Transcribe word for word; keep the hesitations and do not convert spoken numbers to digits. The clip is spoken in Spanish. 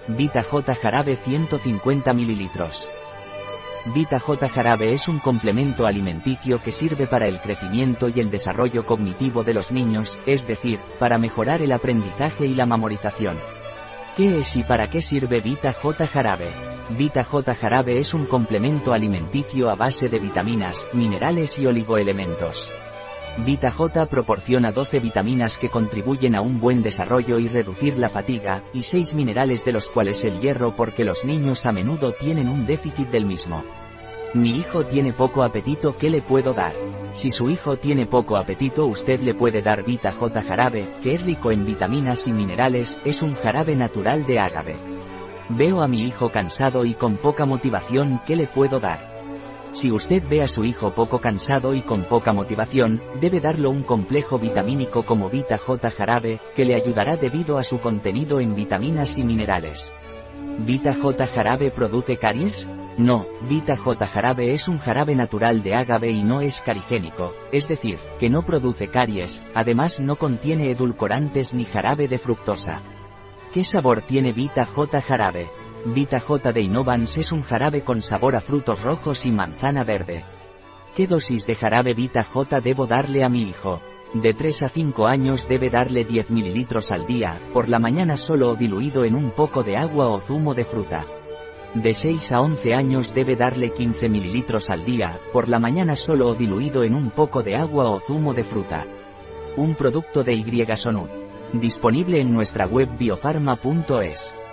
Vita J Jarabe ciento cincuenta mililitros. Vita J Jarabe es un complemento alimenticio que sirve para el crecimiento y el desarrollo cognitivo de los niños, es decir, para mejorar el aprendizaje y la memorización. ¿Qué es y para qué sirve Vita J Jarabe? Vita J Jarabe es un complemento alimenticio a base de vitaminas, minerales y oligoelementos. Vita J proporciona doce vitaminas que contribuyen a un buen desarrollo y reducir la fatiga, y seis minerales de los cuales el hierro, porque los niños a menudo tienen un déficit del mismo. Mi hijo tiene poco apetito, ¿qué le puedo dar? Si su hijo tiene poco apetito, usted le puede dar Vita J Jarabe, que es rico en vitaminas y minerales, es un jarabe natural de ágave. Veo a mi hijo cansado y con poca motivación, ¿qué le puedo dar? Si usted ve a su hijo poco cansado y con poca motivación, debe darlo un complejo vitamínico como Vita J Jarabe, que le ayudará debido a su contenido en vitaminas y minerales. ¿Vita J Jarabe produce caries? No, Vita J Jarabe es un jarabe natural de ágave y no es carigénico, es decir, que no produce caries, además no contiene edulcorantes ni jarabe de fructosa. ¿Qué sabor tiene Vita J Jarabe? Vita J de Innovans es un jarabe con sabor a frutos rojos y manzana verde. ¿Qué dosis de jarabe Vita J debo darle a mi hijo? De tres a cinco años debe darle diez mililitros al día, por la mañana solo o diluido en un poco de agua o zumo de fruta. De seis a once años debe darle quince mililitros al día, por la mañana solo o diluido en un poco de agua o zumo de fruta. Un producto de Y Sonut. Disponible en nuestra web biofarma punto es.